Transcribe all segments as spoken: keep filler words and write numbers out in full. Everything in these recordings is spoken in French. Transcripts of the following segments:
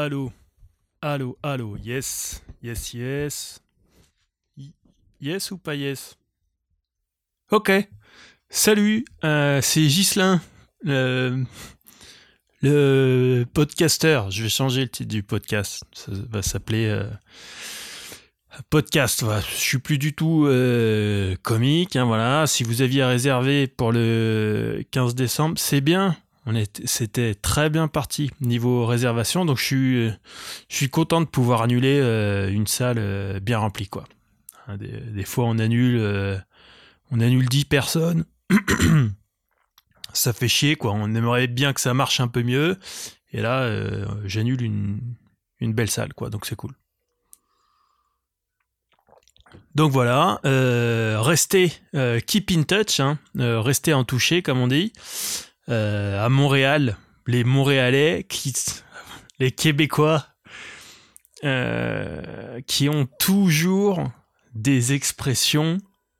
Allô, allô, allô, yes, yes, yes. Y- Yes ou pas yes? Ok, salut, euh, c'est Ghislain, le, le podcasteur. Je vais changer le titre du podcast. Ça va s'appeler euh, podcast. Voilà. Je suis plus du tout euh, comique. Hein, voilà. Si vous aviez réservé pour le quinze décembre, c'est bien. On était, c'était très bien parti niveau réservation, donc je suis, je suis content de pouvoir annuler euh, une salle euh, bien remplie, quoi. Hein, Des, des fois, on annule, euh, on annule dix personnes. Ça fait chier, quoi. On aimerait bien que ça marche un peu mieux. Et là, euh, j'annule une, une belle salle, quoi. Donc c'est cool. Donc voilà, euh, restez, euh, keep in touch, hein, euh, restez en toucher, comme on dit. Euh, à Montréal, les Montréalais, qui, les Québécois, euh, qui ont toujours des expressions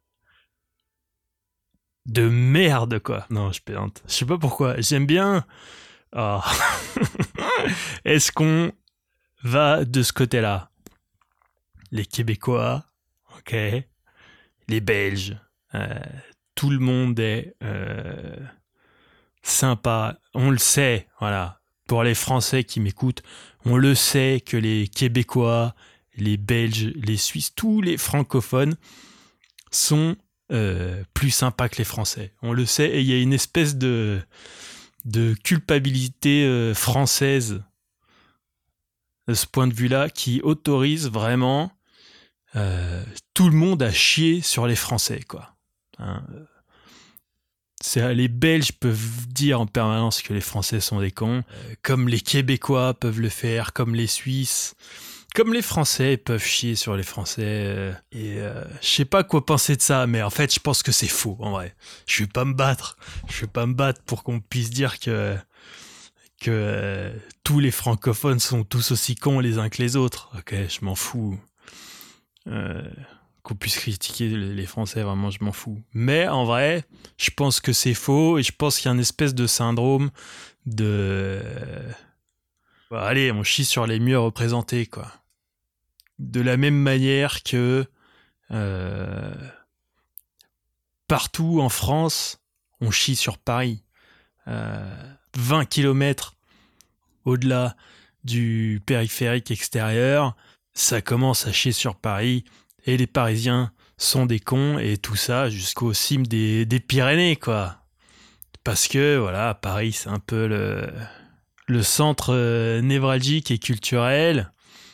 de merde, quoi. Non, je plaisante. Je sais pas pourquoi. J'aime bien. Oh. Est-ce qu'on va de ce côté-là? Les Québécois, ok. Les Belges, euh, tout le monde est euh, sympa. On le sait, voilà. Pour les Français qui m'écoutent, on le sait que les Québécois, les Belges, les Suisses, tous les francophones sont euh, plus sympas que les Français. On le sait, et il y a une espèce de, de culpabilité euh, française de ce point de vue-là qui autorise vraiment euh, tout le monde à chier sur les Français, quoi. Hein, c'est, les Belges peuvent dire en permanence que les Français sont des cons, euh, comme les Québécois peuvent le faire, comme les Suisses, comme les Français peuvent chier sur les Français. Euh, et euh, je sais pas quoi penser de ça, mais en fait, je pense que c'est faux, en vrai. Je vais pas me battre. Je vais pas me battre pour qu'on puisse dire que que euh, tous les francophones sont tous aussi cons les uns que les autres. Ok, je m'en fous. Euh, qu'on puisse critiquer les Français, vraiment, je m'en fous. Mais en vrai, je pense que c'est faux et je pense qu'il y a une espèce de syndrome de... Bah, allez, on chie sur les mieux représentés, quoi. De la même manière que euh, partout en France, on chie sur Paris. Euh, vingt kilomètres au-delà du périphérique extérieur, ça commence à chier sur Paris et les Parisiens sont des cons et tout ça jusqu'aux cimes des, des Pyrénées, quoi. Parce que, voilà, Paris, c'est un peu le, le centre euh, névralgique et culturel.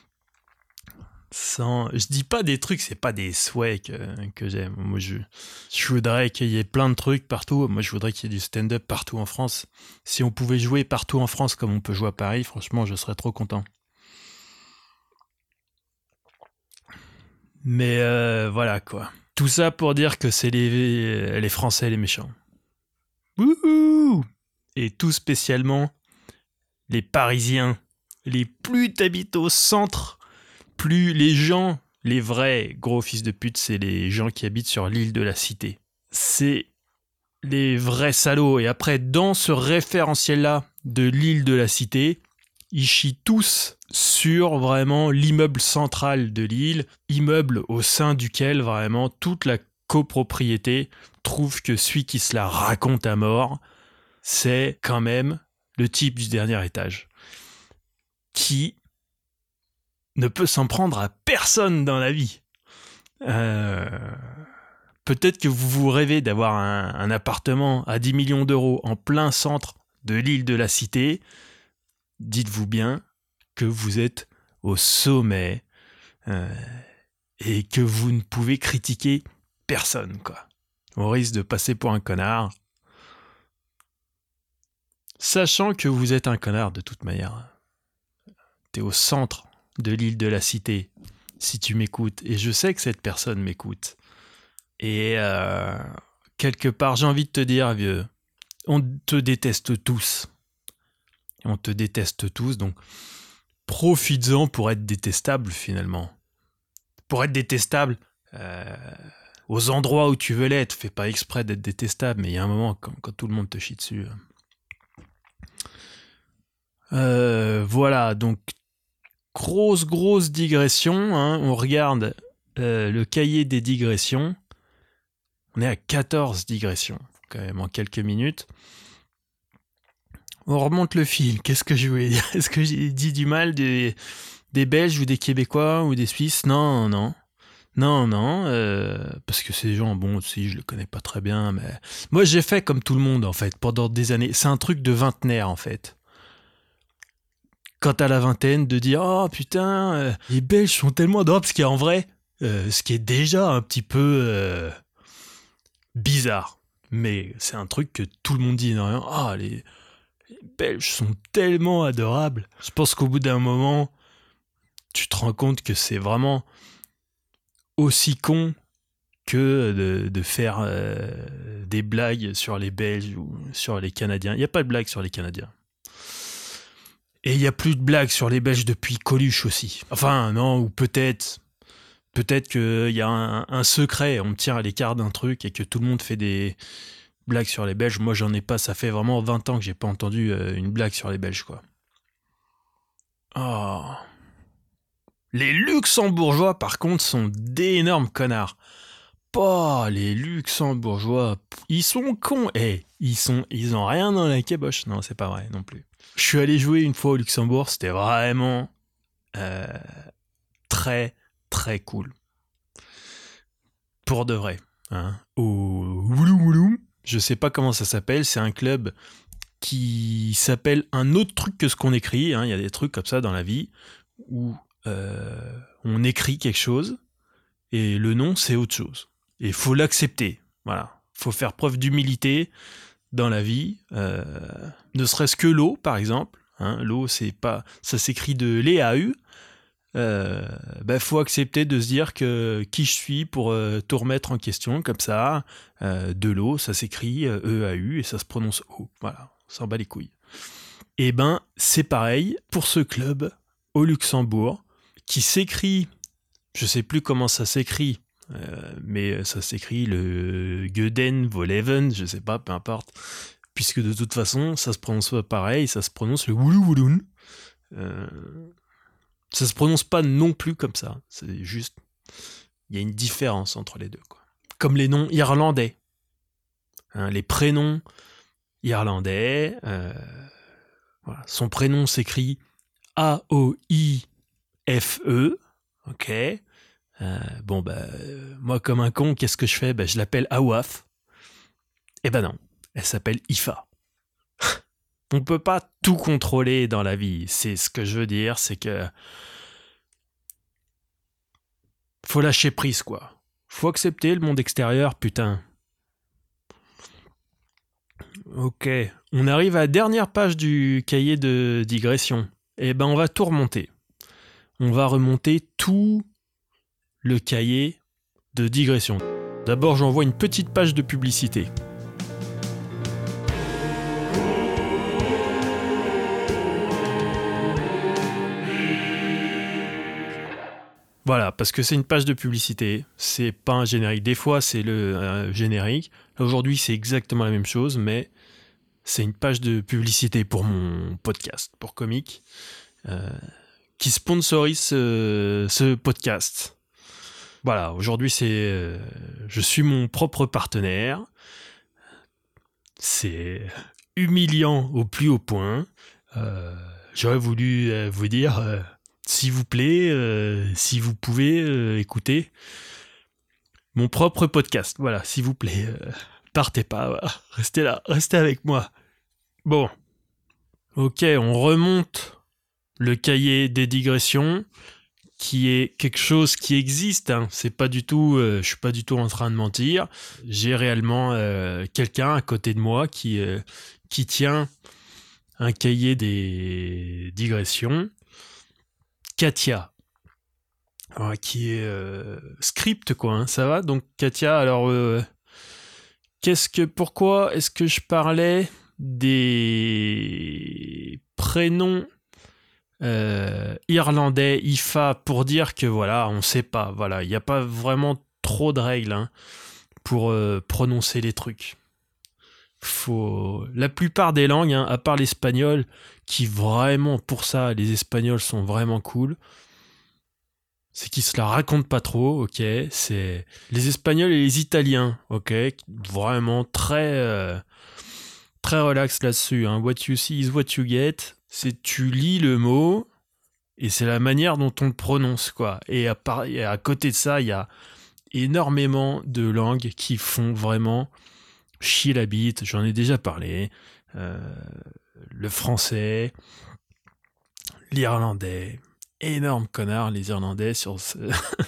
Sans, je dis pas des trucs, c'est pas des souhaits que, que j'aime. Moi, je, je voudrais qu'il y ait plein de trucs partout. Moi, je voudrais qu'il y ait du stand-up partout en France. Si on pouvait jouer partout en France comme on peut jouer à Paris, franchement, je serais trop content. Mais euh, voilà, quoi. Tout ça pour dire que c'est les, les Français les méchants. Wouhou! Et tout spécialement les Parisiens. Les plus t'habites au centre, plus les gens, les vrais gros fils de pute, c'est les gens qui habitent sur l'île de la Cité. C'est les vrais salauds. Et après, dans ce référentiel-là de l'île de la Cité, ils chient tous sur vraiment l'immeuble central de l'île, immeuble au sein duquel vraiment toute la copropriété trouve que celui qui se la raconte à mort, c'est quand même le type du dernier étage, qui ne peut s'en prendre à personne dans la vie. Euh... Peut-être que vous vous rêvez d'avoir un, un appartement à dix millions d'euros en plein centre de l'île de la Cité. Dites-vous bien que vous êtes au sommet euh, et que vous ne pouvez critiquer personne, quoi. On risque de passer pour un connard, sachant que vous êtes un connard de toute manière. T'es au centre de l'île de la Cité, si tu m'écoutes, et je sais que cette personne m'écoute. Et euh, quelque part, j'ai envie de te dire, vieux, on te déteste tous. On te déteste tous, donc profites-en pour être détestable, finalement. Pour être détestable, euh, aux endroits où tu veux l'être, fais pas exprès d'être détestable, mais il y a un moment, quand, quand tout le monde te chie dessus. Euh, voilà, donc grosse, grosse digression. Hein. On regarde euh, le cahier des digressions. On est à quatorze digressions, quand même, en quelques minutes. On remonte le fil. Qu'est-ce que je voulais dire ? Est-ce que j'ai dit du mal des, des Belges ou des Québécois ou des Suisses ? Non, non. Non, non. Euh, parce que ces gens, bon, si, je les connais pas très bien, mais... Moi, j'ai fait comme tout le monde, en fait, pendant des années. C'est un truc de vingtenaire, en fait. Quand t'as la vingtaine, de dire « Oh, putain, euh, les Belges sont tellement adorables », ce qui est en vrai, euh, ce qui est déjà un petit peu euh, bizarre. Mais c'est un truc que tout le monde dit énormément. « Ah, les... Les Belges sont tellement adorables. » Je pense qu'au bout d'un moment, tu te rends compte que c'est vraiment aussi con que de, de faire euh, des blagues sur les Belges ou sur les Canadiens. Il n'y a pas de blagues sur les Canadiens. Et il n'y a plus de blagues sur les Belges depuis Coluche aussi. Enfin, non, ou peut-être... Peut-être qu'il y a un, un secret, on me tient à l'écart d'un truc et que tout le monde fait des... blague sur les Belges. Moi, j'en ai pas. Ça fait vraiment vingt ans que j'ai pas entendu euh, une blague sur les Belges, quoi. Oh. Les Luxembourgeois, par contre, sont d'énormes connards. Oh, les Luxembourgeois, ils sont cons. Eh, ils sont, ils ont rien dans la caboche. Non, c'est pas vrai non plus. Je suis allé jouer une fois au Luxembourg. C'était vraiment euh, très, très cool. Pour de vrai. Hein. Au Woulou Woulou. Je sais pas comment ça s'appelle, c'est un club qui s'appelle un autre truc que ce qu'on écrit. Hein. Il y a des trucs comme ça dans la vie où euh, on écrit quelque chose et le nom c'est autre chose. Et il faut l'accepter. Voilà. Il faut faire preuve d'humilité dans la vie. Euh, ne serait-ce que l'eau, par exemple. Hein. L'eau, c'est pas, ça s'écrit de l'E A U. Euh, bah, faut accepter de se dire que qui je suis pour euh, tout remettre en question comme ça. Euh, de l'eau, ça s'écrit euh, E A U et ça se prononce O. Voilà, on s'en bat les couilles. Et ben c'est pareil pour ce club au Luxembourg qui s'écrit, je sais plus comment ça s'écrit, euh, mais ça s'écrit le Geden Voleven, je sais pas, peu importe, puisque de toute façon ça se prononce pas pareil, ça se prononce le Woulou Wouloun. Euh, Ça se prononce pas non plus comme ça. C'est juste... Il y a une différence entre les deux, quoi. Comme les noms irlandais. Hein, les prénoms irlandais. Euh, voilà. Son prénom s'écrit A O I F E. Ok. Euh, bon, bah, euh, moi, comme un con, qu'est-ce que je fais ? Bah, je l'appelle Awaf. Eh ben non. Elle s'appelle Ifa. On peut pas tout contrôler dans la vie. C'est ce que je veux dire, c'est que faut lâcher prise, quoi. Faut accepter le monde extérieur, putain. Ok, on arrive à la dernière page du cahier de digression. Eh ben, on va tout remonter. On va remonter tout le cahier de digression. D'abord, j'envoie une petite page de publicité. Voilà, parce que c'est une page de publicité, c'est pas un générique. Des fois, c'est le euh, générique. Là, aujourd'hui, c'est exactement la même chose, mais c'est une page de publicité pour mon podcast, pour Comic, euh, qui sponsorise ce, ce podcast. Voilà, aujourd'hui, c'est, euh, je suis mon propre partenaire. C'est humiliant au plus haut point. Euh, j'aurais voulu euh, vous dire... Euh, S'il vous plaît, euh, si vous pouvez euh, écouter mon propre podcast. Voilà, s'il vous plaît, euh, partez pas, voilà. Restez là, restez avec moi. Bon, ok, on remonte le cahier des digressions, qui est quelque chose qui existe. Hein. C'est pas du tout, euh, je suis pas du tout en train de mentir. J'ai réellement euh, quelqu'un à côté de moi qui euh, qui tient un cahier des digressions. Katia, alors, qui est euh, script, quoi, hein, ça va. Donc Katia, alors euh, qu'est-ce que, pourquoi est-ce que je parlais des prénoms euh, irlandais, I F A, pour dire que voilà, on sait pas, voilà, il n'y a pas vraiment trop de règles hein, pour euh, prononcer les trucs. faut... La plupart des langues, hein, à part l'espagnol, qui vraiment, pour ça, les Espagnols sont vraiment cool, c'est qu'ils se la racontent pas trop, ok. C'est les Espagnols et les Italiens, ok. Vraiment très, euh, très relax là-dessus. Hein. What you see is what you get. C'est tu lis le mot et c'est la manière dont on le prononce, quoi. Et à, par... et à côté de ça, il y a énormément de langues qui font vraiment chier la bite. J'en ai déjà parlé. Euh, le français, l'irlandais. Énorme connard les Irlandais sur ce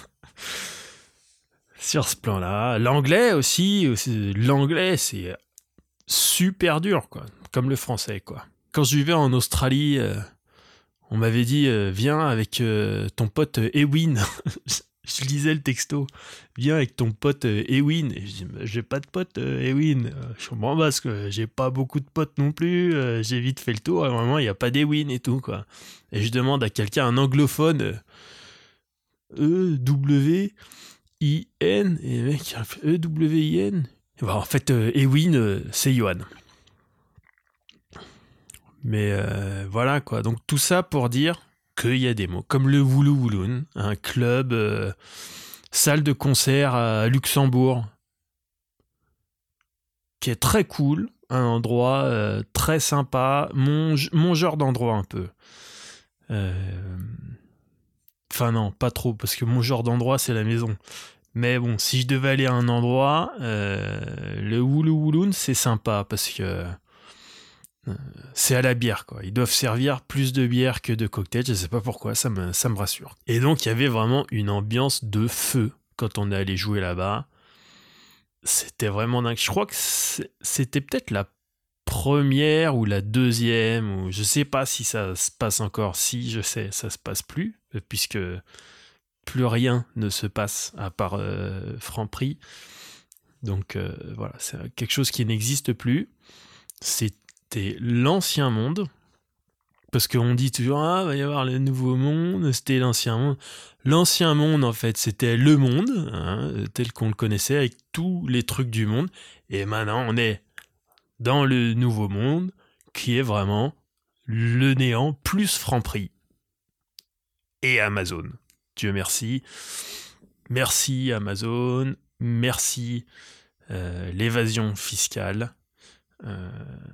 sur ce plan-là. L'anglais aussi, aussi, l'anglais c'est super dur quoi, comme le français quoi. Quand je vivais en Australie, euh, on m'avait dit euh, viens avec euh, ton pote euh, Ewin. Je lisais le texto. Viens avec ton pote euh, Ewin. Et je dis j'ai pas de pote euh, Ewin. Euh, je comprends pas parce que j'ai pas beaucoup de potes non plus. Euh, j'ai vite fait le tour. Et vraiment il y a pas d'Ewin et tout quoi. Et je demande à quelqu'un, un anglophone, E W I N, et le mec, E W I N. Bah, en fait, euh, Ewin, euh, c'est Johan. Mais euh, voilà quoi. Donc tout ça pour dire qu'il y a des mots comme le Woulou Wouloun, un club, euh, salle de concert à Luxembourg, qui est très cool, un endroit euh, très sympa, mon, mon genre d'endroit un peu. Euh... Enfin non, pas trop, parce que mon genre d'endroit, c'est la maison. Mais bon, si je devais aller à un endroit, euh, le Woulou Wouloun, c'est sympa, parce que euh, c'est à la bière, quoi. Ils doivent servir plus de bière que de cocktails, je sais pas pourquoi, ça me, ça me rassure. Et donc, il y avait vraiment une ambiance de feu quand on est allé jouer là-bas. C'était vraiment dingue. Je crois que c'était peut-être la première ou la deuxième, ou je sais pas si ça se passe encore. Si, je sais, ça se passe plus, puisque plus rien ne se passe à part euh, Franprix. Donc euh, voilà, c'est quelque chose qui n'existe plus. C'était l'ancien monde, parce qu'on dit toujours ah, il va y avoir le nouveau monde, c'était l'ancien monde. L'ancien monde, en fait, c'était le monde, hein, tel qu'on le connaissait, avec tous les trucs du monde. Et maintenant, on est dans le nouveau monde, qui est vraiment le néant plus Franprix. Et Amazon. Dieu merci. Merci Amazon. Merci euh, l'évasion fiscale. Euh,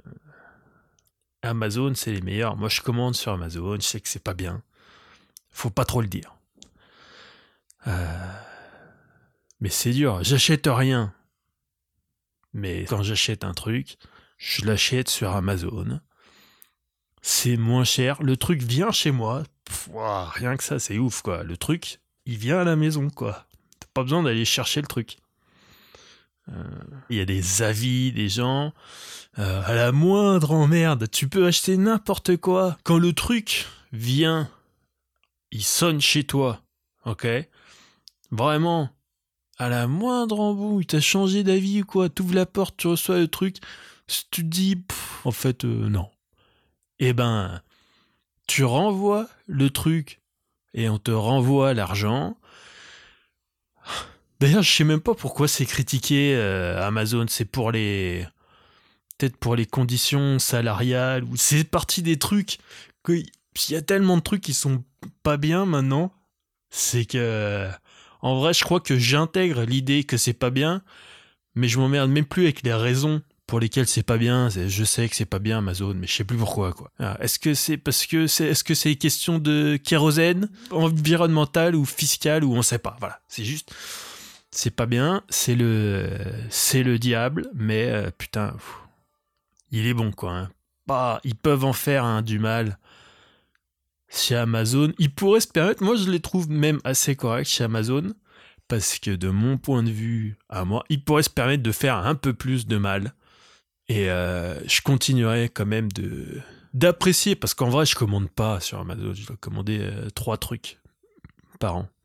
Amazon, c'est les meilleurs. Moi, je commande sur Amazon. Je sais que c'est pas bien. Faut pas trop le dire. Euh, mais c'est dur. J'achète rien. Mais quand j'achète un truc, je l'achète sur Amazon. C'est moins cher. Le truc vient chez moi. Pff, wow, rien que ça, c'est ouf, quoi. Le truc, il vient à la maison, quoi. T'as pas besoin d'aller chercher le truc. Il euh, y a des avis des gens. Euh, à la moindre emmerde, tu peux acheter n'importe quoi. Quand le truc vient, il sonne chez toi. Ok ? Vraiment. À la moindre embrouille, t'as changé d'avis ou quoi ? T'ouvres la porte, tu reçois le truc. Tu te dis, pff, en fait, euh, non. Eh ben, tu renvoies le truc et on te renvoie l'argent. D'ailleurs, je sais même pas pourquoi c'est critiqué euh, Amazon. C'est pour les... Peut-être pour les conditions salariales. Ou c'est parti des trucs... Que... Il y a tellement de trucs qui sont pas bien maintenant. C'est que... En vrai, je crois que j'intègre l'idée que c'est pas bien. Mais je m'emmerde même plus avec les raisons pour lesquelles c'est pas bien. Je sais que c'est pas bien Amazon, mais je sais plus pourquoi, quoi. Alors, est-ce que c'est parce que c'est, est-ce que c'est question de kérosène, environnemental ou fiscal, ou on sait pas. Voilà, c'est juste, c'est pas bien. C'est le, c'est le diable, mais euh, putain, pff, il est bon, quoi. Hein. Bah, ils peuvent en faire hein, du mal chez Amazon. Ils pourraient se permettre. Moi, je les trouve même assez corrects chez Amazon. Parce que de mon point de vue à moi, ils pourraient se permettre de faire un peu plus de mal. Et euh, je continuerai quand même de d'apprécier, parce qu'en vrai, je commande pas sur Amazon. Je dois commander euh, trois trucs par an.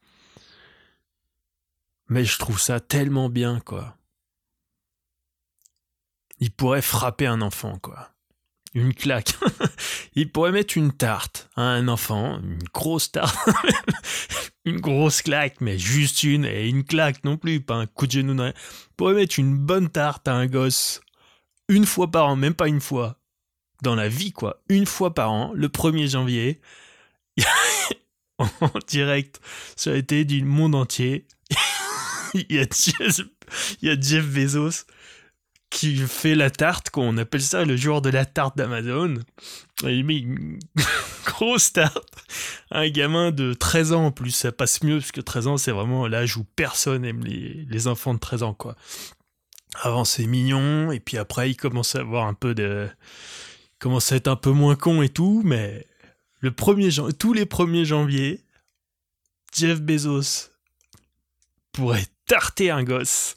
Mais je trouve ça tellement bien, quoi. Ils pourraient frapper un enfant, quoi. Une claque. Ils pourraient mettre une tarte à un enfant, une grosse tarte. Une grosse claque, mais juste une, et une claque non plus, pas un coup de genou. Ils pourraient mettre une bonne tarte à un gosse une fois par an, même pas une fois, dans la vie, quoi, une fois par an, le premier janvier, en direct sur la télé du monde entier, il y a Jeff, il y a Jeff Bezos qui fait la tarte, quoi. On appelle ça le jour de la tarte d'Amazon. Il met une grosse tarte. Un gamin de treize ans en plus, ça passe mieux, parce que treize ans, c'est vraiment l'âge où personne aime les, les enfants de treize ans, quoi. Avant, c'est mignon, et puis après, il commence à avoir un peu de... Il commence à être un peu moins con et tout, mais le premier jan... tous les premiers janvier, Jeff Bezos pourrait tarter un gosse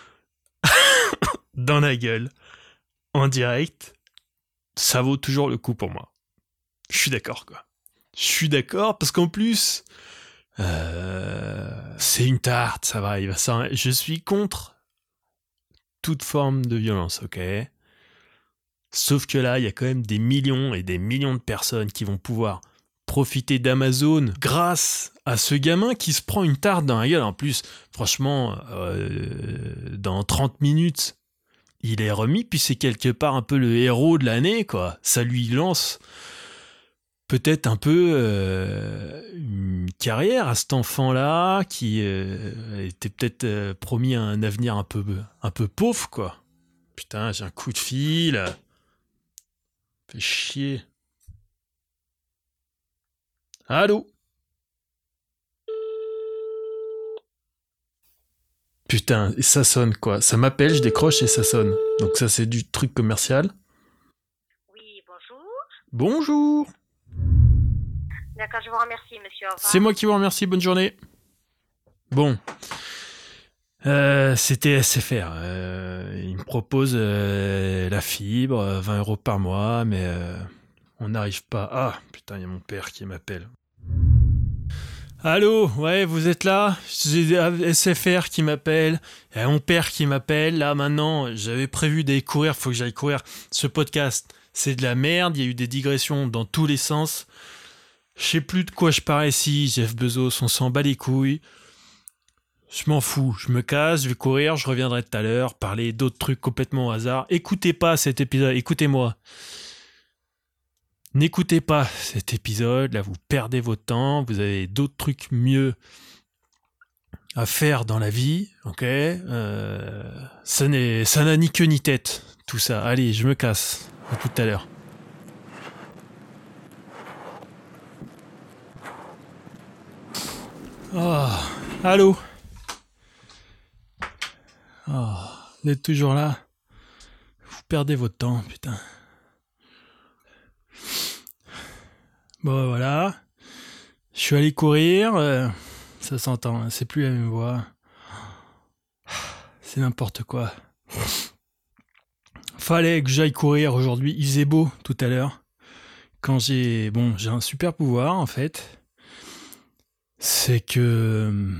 dans la gueule, en direct, ça vaut toujours le coup pour moi. Je suis d'accord, quoi. Je suis d'accord, parce qu'en plus, euh, c'est une tarte, ça va, il va s'en... Je suis contre toute forme de violence, ok ? Sauf que là, il y a quand même des millions et des millions de personnes qui vont pouvoir profiter d'Amazon grâce à ce gamin qui se prend une tarte dans la gueule. En plus, franchement, euh, dans trente minutes, il est remis, puis c'est quelque part un peu le héros de l'année, quoi. Ça lui lance peut-être un peu euh, une carrière à cet enfant-là qui euh, était peut-être euh, promis un avenir un peu, un peu pauvre, quoi. Putain, j'ai un coup de fil. Fait chier. Allô ? Putain, et ça sonne, quoi. Ça m'appelle, je décroche et ça sonne. Donc ça, c'est du truc commercial. Oui, bonjour. Bonjour. D'accord, je vous remercie, monsieur. Au revoir. C'est moi qui vous remercie, bonne journée. Bon. Euh, c'était S F R. Euh, il me propose euh, la fibre, vingt euros par mois, mais euh, on n'arrive pas. Ah, putain, il y a mon père qui m'appelle. Allô, ouais, vous êtes là ? J'ai S F R qui m'appelle, il y a mon père qui m'appelle, là maintenant, j'avais prévu d'aller courir, faut que j'aille courir. Ce podcast, c'est de la merde, il y a eu des digressions dans tous les sens. Je sais plus de quoi je parle ici, Jeff Bezos, on s'en bat les couilles. Je m'en fous, je me casse, je vais courir, je reviendrai tout à l'heure, parler d'autres trucs complètement au hasard. Écoutez pas cet épisode, écoutez-moi. N'écoutez pas cet épisode, là vous perdez votre temps, vous avez d'autres trucs mieux à faire dans la vie, ok ? euh, ça, n'est, ça n'a ni queue ni tête, tout ça. Allez, je me casse, à tout à l'heure. Oh, allô ? Oh, vous êtes toujours là ? Vous perdez votre temps, putain. Bon, voilà. Je suis allé courir. Euh, ça s'entend, hein, c'est plus la même voix. C'est n'importe quoi. Fallait que j'aille courir aujourd'hui. Il faisait beau tout à l'heure. Quand j'ai... Bon, j'ai un super pouvoir, en fait. C'est que...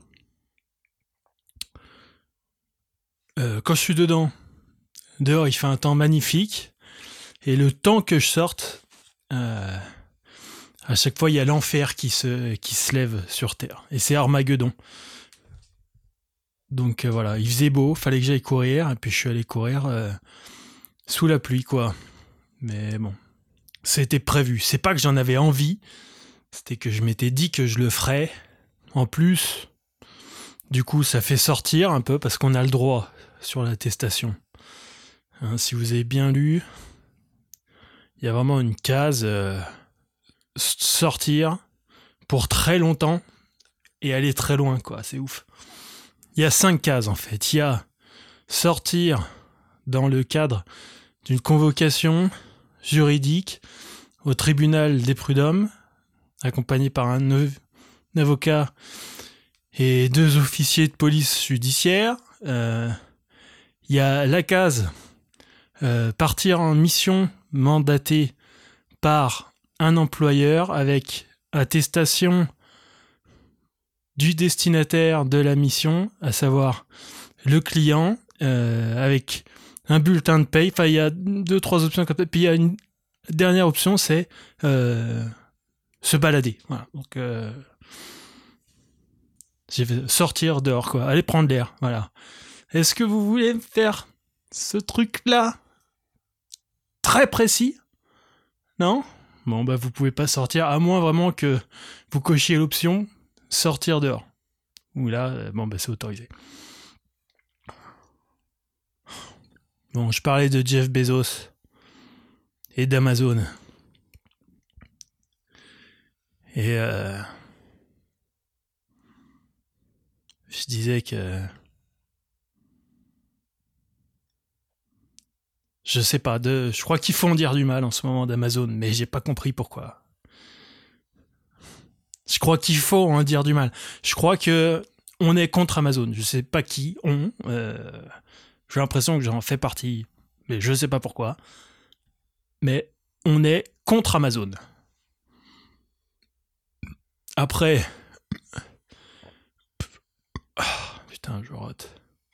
Euh, quand je suis dedans, dehors, il fait un temps magnifique. Et le temps que je sorte... Euh, à chaque fois, il y a l'enfer qui se, qui se lève sur Terre. Et c'est Armageddon. Donc euh, voilà, il faisait beau, fallait que j'aille courir. Et puis je suis allé courir euh, sous la pluie, quoi. Mais bon, c'était prévu. C'est pas que j'en avais envie. C'était que je m'étais dit que je le ferais. En plus, du coup, ça fait sortir un peu parce qu'on a le droit sur l'attestation. Hein, si vous avez bien lu, il y a vraiment une case... Euh, sortir pour très longtemps et aller très loin, quoi, c'est ouf. Il y a cinq cases en fait. Il y a sortir dans le cadre d'une convocation juridique au tribunal des prud'hommes, accompagné par un, un avocat et deux officiers de police judiciaire. Euh, il y a la case euh, partir en mission mandatée par un employeur avec attestation du destinataire de la mission, à savoir le client, euh, avec un bulletin de paye. Enfin, il y a deux, trois options comme ça. Puis il y a une dernière option, c'est euh, se balader. Voilà. Donc, euh, j'ai fait sortir dehors, quoi. Aller prendre l'air. Voilà. Est-ce que vous voulez faire ce truc-là ? très précis ? Non ? Bon, bah, vous pouvez pas sortir, à moins vraiment que vous cochiez l'option sortir dehors. Ou là, euh, bon, bah, c'est autorisé. Bon, je parlais de Jeff Bezos et d'Amazon. Et euh, je disais que je sais pas, de, je crois qu'il faut en dire du mal en ce moment d'Amazon, mais j'ai pas compris pourquoi. Je crois qu'il faut en dire du mal. Je crois que on est contre Amazon. Je sais pas qui on. Euh, j'ai l'impression que j'en fais partie, mais je sais pas pourquoi. Mais on est contre Amazon. Après, ah, putain, je rote.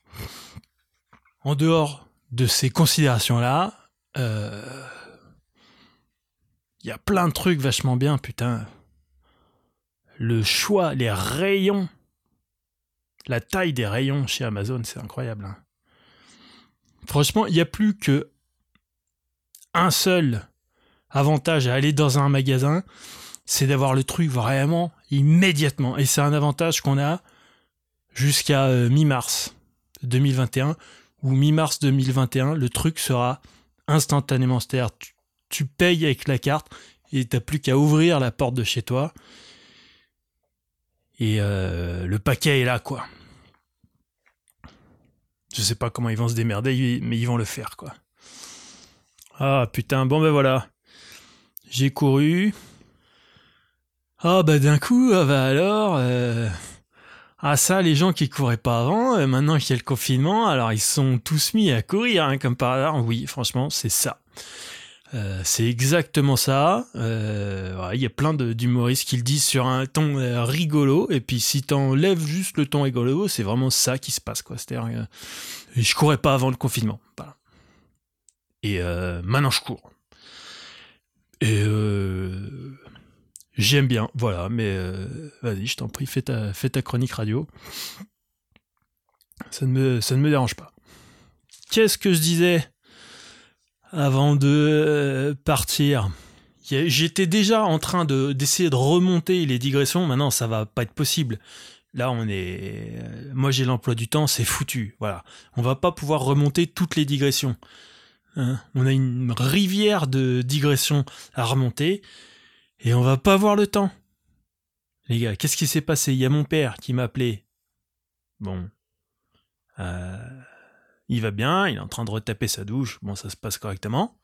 En dehors de ces considérations-là, il euh, y a plein de trucs vachement bien, putain. Le choix, les rayons, la taille des rayons chez Amazon, c'est incroyable. Hein. Franchement, il n'y a plus que un seul avantage à aller dans un magasin, c'est d'avoir le truc vraiment immédiatement. Et c'est un avantage qu'on a jusqu'à euh, mi-mars deux mille vingt et un, où mi-mars deux mille vingt et un, le truc sera instantanément. C'est-à-dire, tu, tu payes avec la carte et t'as plus qu'à ouvrir la porte de chez toi. Et euh, le paquet est là, quoi. Je sais pas comment ils vont se démerder, mais ils vont le faire, quoi. Ah, putain, bon ben voilà. J'ai couru. Ah, bah d'un coup, ah bah alors... Euh... Ah ça, les gens qui couraient pas avant, euh, maintenant qu'il y a le confinement, alors ils sont tous mis à courir, hein, comme par hasard. Oui, franchement, c'est ça. Euh, c'est exactement ça. Euh, ouais, il y a plein de, d'humoristes qui le disent sur un ton euh, rigolo, et puis si t'enlèves juste le ton rigolo, c'est vraiment ça qui se passe, quoi. C'est-à-dire, euh, je courais pas avant le confinement, voilà. Et euh, maintenant je cours. Et euh, j'aime bien, voilà. Mais euh, vas-y, je t'en prie, fais ta, fais ta chronique radio. Ça ne me, ça ne me dérange pas. Qu'est-ce que je disais avant de partir? J'étais déjà en train de, d'essayer de remonter les digressions. Maintenant, ça va pas être possible. Là, on est... Moi, j'ai l'emploi du temps, c'est foutu. Voilà. On va pas pouvoir remonter toutes les digressions. Hein, on a une rivière de digressions à remonter et on va pas avoir le temps. Les gars, qu'est-ce qui s'est passé? Il y a mon père qui m'a appelé. Bon. Euh... Il va bien, il est en train de retaper sa douche. Bon, ça se passe correctement.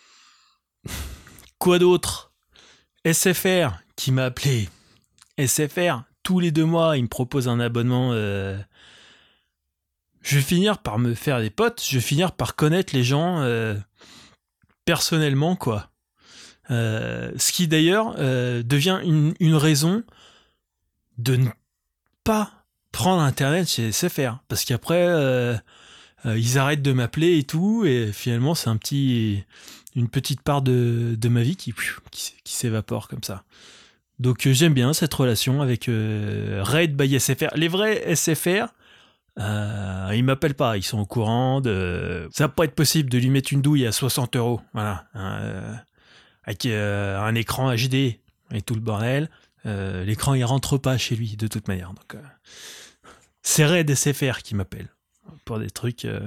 Quoi d'autre? S F R qui m'a appelé. S F R, tous les deux mois, il me propose un abonnement. Euh... Je vais finir par me faire des potes. Je vais finir par connaître les gens euh... personnellement, quoi. Euh... Ce qui d'ailleurs euh, devient une, une raison de ne pas prendre Internet chez S F R. Parce qu'après... Euh... Euh, ils arrêtent de m'appeler et tout, et finalement c'est un petit, une petite part de, de ma vie qui, qui, qui s'évapore comme ça. Donc euh, j'aime bien cette relation avec euh, Raid by S F R. Les vrais S F R, euh, ils m'appellent pas, ils sont au courant de... Ça va pas être possible de lui mettre une douille à soixante euros, voilà, euh, avec euh, un écran H D et tout le bordel. Euh, l'écran il rentre pas chez lui de toute manière. Donc euh, c'est Raid S F R qui m'appelle. Pour des trucs euh,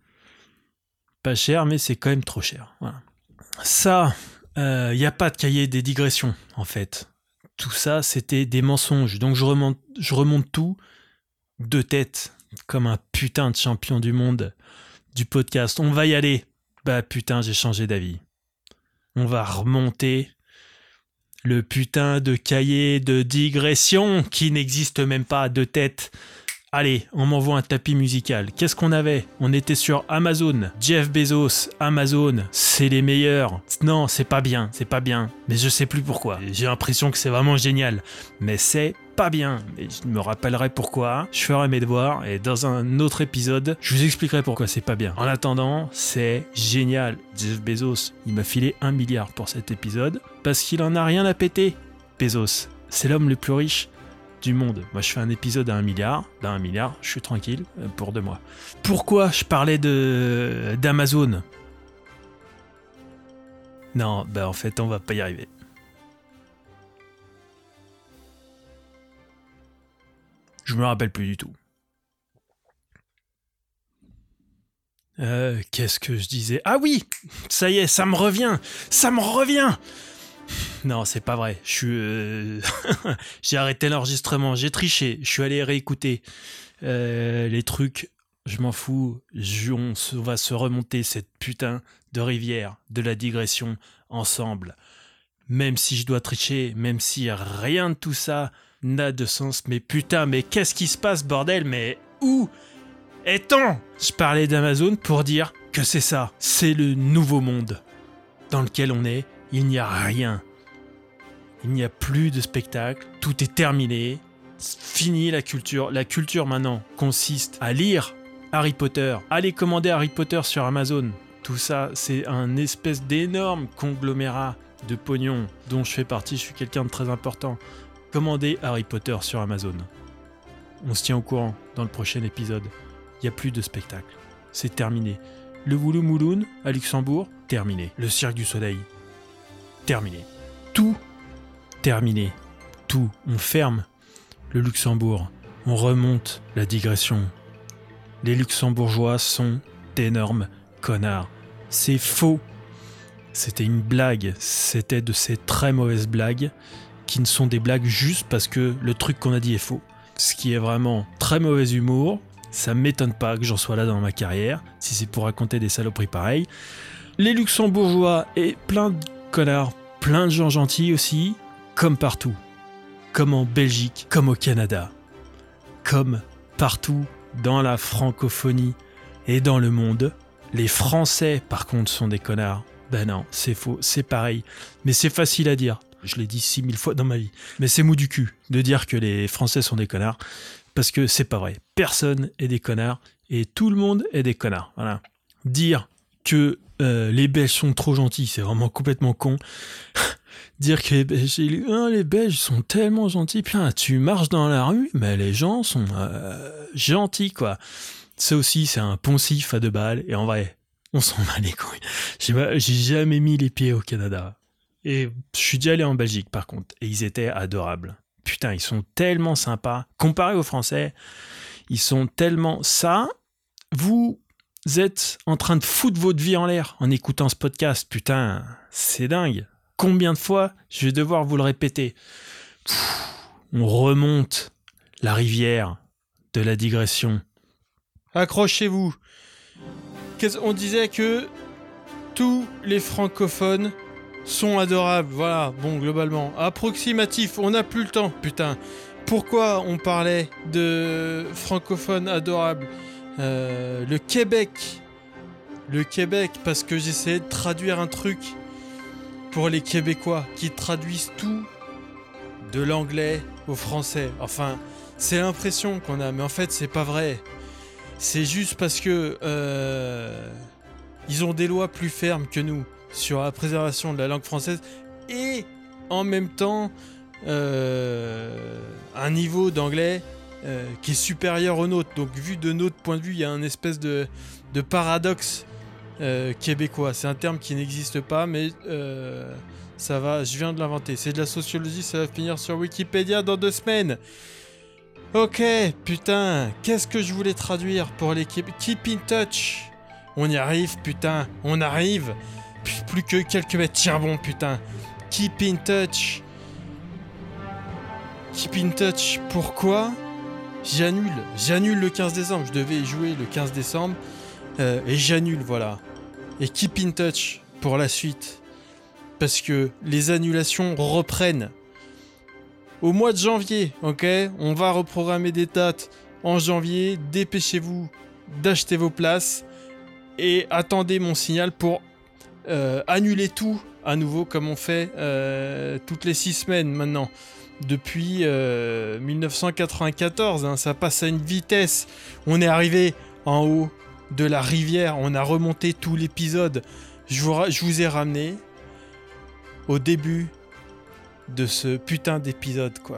pas chers, mais c'est quand même trop cher. Voilà. Ça, il euh, n'y a pas de cahier des digressions, en fait. Tout ça, c'était des mensonges. Donc je remonte, je remonte tout de tête, comme un putain de champion du monde du podcast. On va y aller. Bah putain, j'ai changé d'avis. On va remonter le putain de cahier de digression qui n'existe même pas de tête. Allez, on m'envoie un tapis musical. Qu'est-ce qu'on avait? On était sur Amazon. Jeff Bezos, Amazon, c'est les meilleurs. Non, c'est pas bien, c'est pas bien. Mais je sais plus pourquoi. J'ai l'impression que c'est vraiment génial. Mais c'est pas bien. Et je me rappellerai pourquoi. Je ferai mes devoirs et dans un autre épisode, je vous expliquerai pourquoi c'est pas bien. En attendant, c'est génial. Jeff Bezos, il m'a filé un milliard pour cet épisode parce qu'il en a rien à péter. Bezos, c'est l'homme le plus riche du monde. Moi, je fais un épisode à un milliard. Dans un milliard, je suis tranquille pour deux mois. Pourquoi je parlais de d'Amazon? Non, bah en fait, on va pas y arriver. Je me rappelle plus du tout. Euh, qu'est-ce que je disais ? Ah oui, ça y est, ça me revient, ça me revient. Non, c'est pas vrai. Je suis, euh... j'ai arrêté l'enregistrement, j'ai triché. Je suis allé réécouter euh, les trucs. Je m'en fous. Je, on, se, on va se remonter cette putain de rivière de la digression ensemble. Même si je dois tricher, même si rien de tout ça n'a de sens. Mais putain, mais qu'est-ce qui se passe, bordel ? Mais où est-on ? Je parlais d'Amazon pour dire que c'est ça. C'est le nouveau monde dans lequel on est. Il n'y a rien. Il n'y a plus de spectacle. Tout est terminé. C'est fini la culture. La culture maintenant consiste à lire Harry Potter, aller commander Harry Potter sur Amazon. Tout ça, c'est un espèce d'énorme conglomérat de pognon dont je fais partie. Je suis quelqu'un de très important. Commander Harry Potter sur Amazon. On se tient au courant dans le prochain épisode. Il n'y a plus de spectacle. C'est terminé. Le Woulou Mouloun à Luxembourg, terminé. Le Cirque du Soleil, terminé. Tout terminé. Tout. On ferme le Luxembourg. On remonte la digression. Les Luxembourgeois sont d'énormes connards. C'est faux. C'était une blague. C'était de ces très mauvaises blagues qui ne sont des blagues juste parce que le truc qu'on a dit est faux. Ce qui est vraiment très mauvais humour. Ça m'étonne pas que j'en sois là dans ma carrière, si c'est pour raconter des saloperies pareilles. Les Luxembourgeois et plein de connards, plein de gens gentils aussi, comme partout. Comme en Belgique, comme au Canada. Comme partout dans la francophonie et dans le monde. Les Français, par contre, sont des connards. Ben non, c'est faux, c'est pareil. Mais c'est facile à dire. Je l'ai dit six mille fois dans ma vie. Mais c'est mou du cul de dire que les Français sont des connards. Parce que c'est pas vrai. Personne est des connards. Et tout le monde est des connards. Voilà. Dire que euh, les Belges sont trop gentils, c'est vraiment complètement con. Dire que les Belges, oh, les Belges sont tellement gentils. Putain, tu marches dans la rue, mais les gens sont euh, gentils, quoi. Ça aussi, c'est un poncif à deux balles. Et en vrai, on s'en bat les couilles. J'ai, j'ai jamais mis les pieds au Canada. Et je suis déjà allé en Belgique, par contre. Et ils étaient adorables. Putain, ils sont tellement sympas. Comparé aux Français, ils sont tellement ça. Vous êtes en train de foutre votre vie en l'air en écoutant ce podcast. Putain, c'est dingue. Combien de fois je vais devoir vous le répéter ? Pff, on remonte la rivière de la digression. Accrochez-vous. On disait que tous les francophones sont adorables, voilà, bon, globalement. Approximatif, on n'a plus le temps, putain. Pourquoi on parlait de francophones adorables ? euh, Le Québec. Le Québec, parce que j'essayais de traduire un truc pour les Québécois, qui traduisent tout de l'anglais au français. Enfin, c'est l'impression qu'on a, mais en fait, c'est pas vrai. C'est juste parce que euh, ils ont des lois plus fermes que nous sur la préservation de la langue française et en même temps euh, un niveau d'anglais euh, qui est supérieur au nôtre. Donc vu de notre point de vue, il y a un espèce de, de paradoxe euh, québécois. C'est un terme qui n'existe pas, mais euh, ça va, je viens de l'inventer. C'est de la sociologie, ça va finir sur Wikipédia dans deux semaines. Ok, putain, qu'est-ce que je voulais traduire pour les Québécois ? Keep in touch. On y arrive, putain, on arrive. Plus que quelques mètres. Tiens bon, putain. Keep in touch. Keep in touch. Pourquoi ? J'annule. J'annule le quinze décembre. Je devais y jouer le quinze décembre. Euh, et j'annule, voilà. Et keep in touch pour la suite. Parce que les annulations reprennent. Au mois de janvier, ok ? On va reprogrammer des dates en janvier. Dépêchez-vous d'acheter vos places. Et attendez mon signal pour euh, annuler tout à nouveau comme on fait euh, toutes les six semaines maintenant. Depuis euh, dix-neuf cent quatre-vingt-quatorze, hein, ça passe à une vitesse. On est arrivé en haut de la rivière, on a remonté tout l'épisode. Je vous, ra- je vous ai ramené au début de ce putain d'épisode, quoi.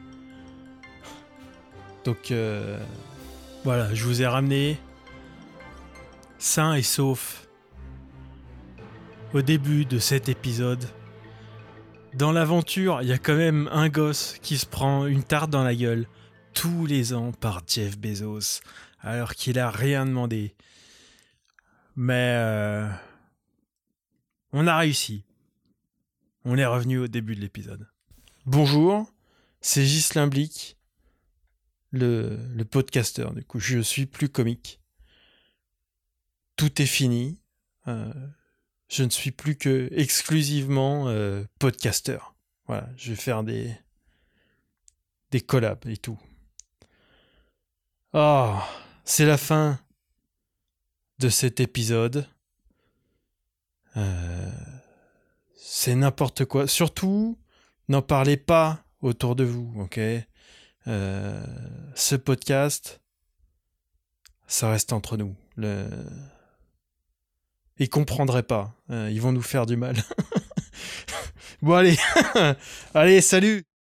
Donc euh, voilà, je vous ai ramené sain et sauf au début de cet épisode. Dans l'aventure, il y a quand même un gosse qui se prend une tarte dans la gueule tous les ans par Jeff Bezos, alors qu'il a rien demandé. Mais euh, on a réussi. On est revenu au début de l'épisode. Bonjour, c'est Ghislain Blic, le, le podcasteur. Du coup, je suis plus comique. Tout est fini. Euh, je ne suis plus que exclusivement euh, podcasteur. Voilà, je vais faire des des collabs et tout. Oh, c'est la fin de cet épisode. Euh, c'est n'importe quoi. Surtout, n'en parlez pas autour de vous, ok ? Euh, ce podcast, ça reste entre nous. Le... Ils comprendraient pas. Euh, ils vont nous faire du mal. Bon allez, allez, salut.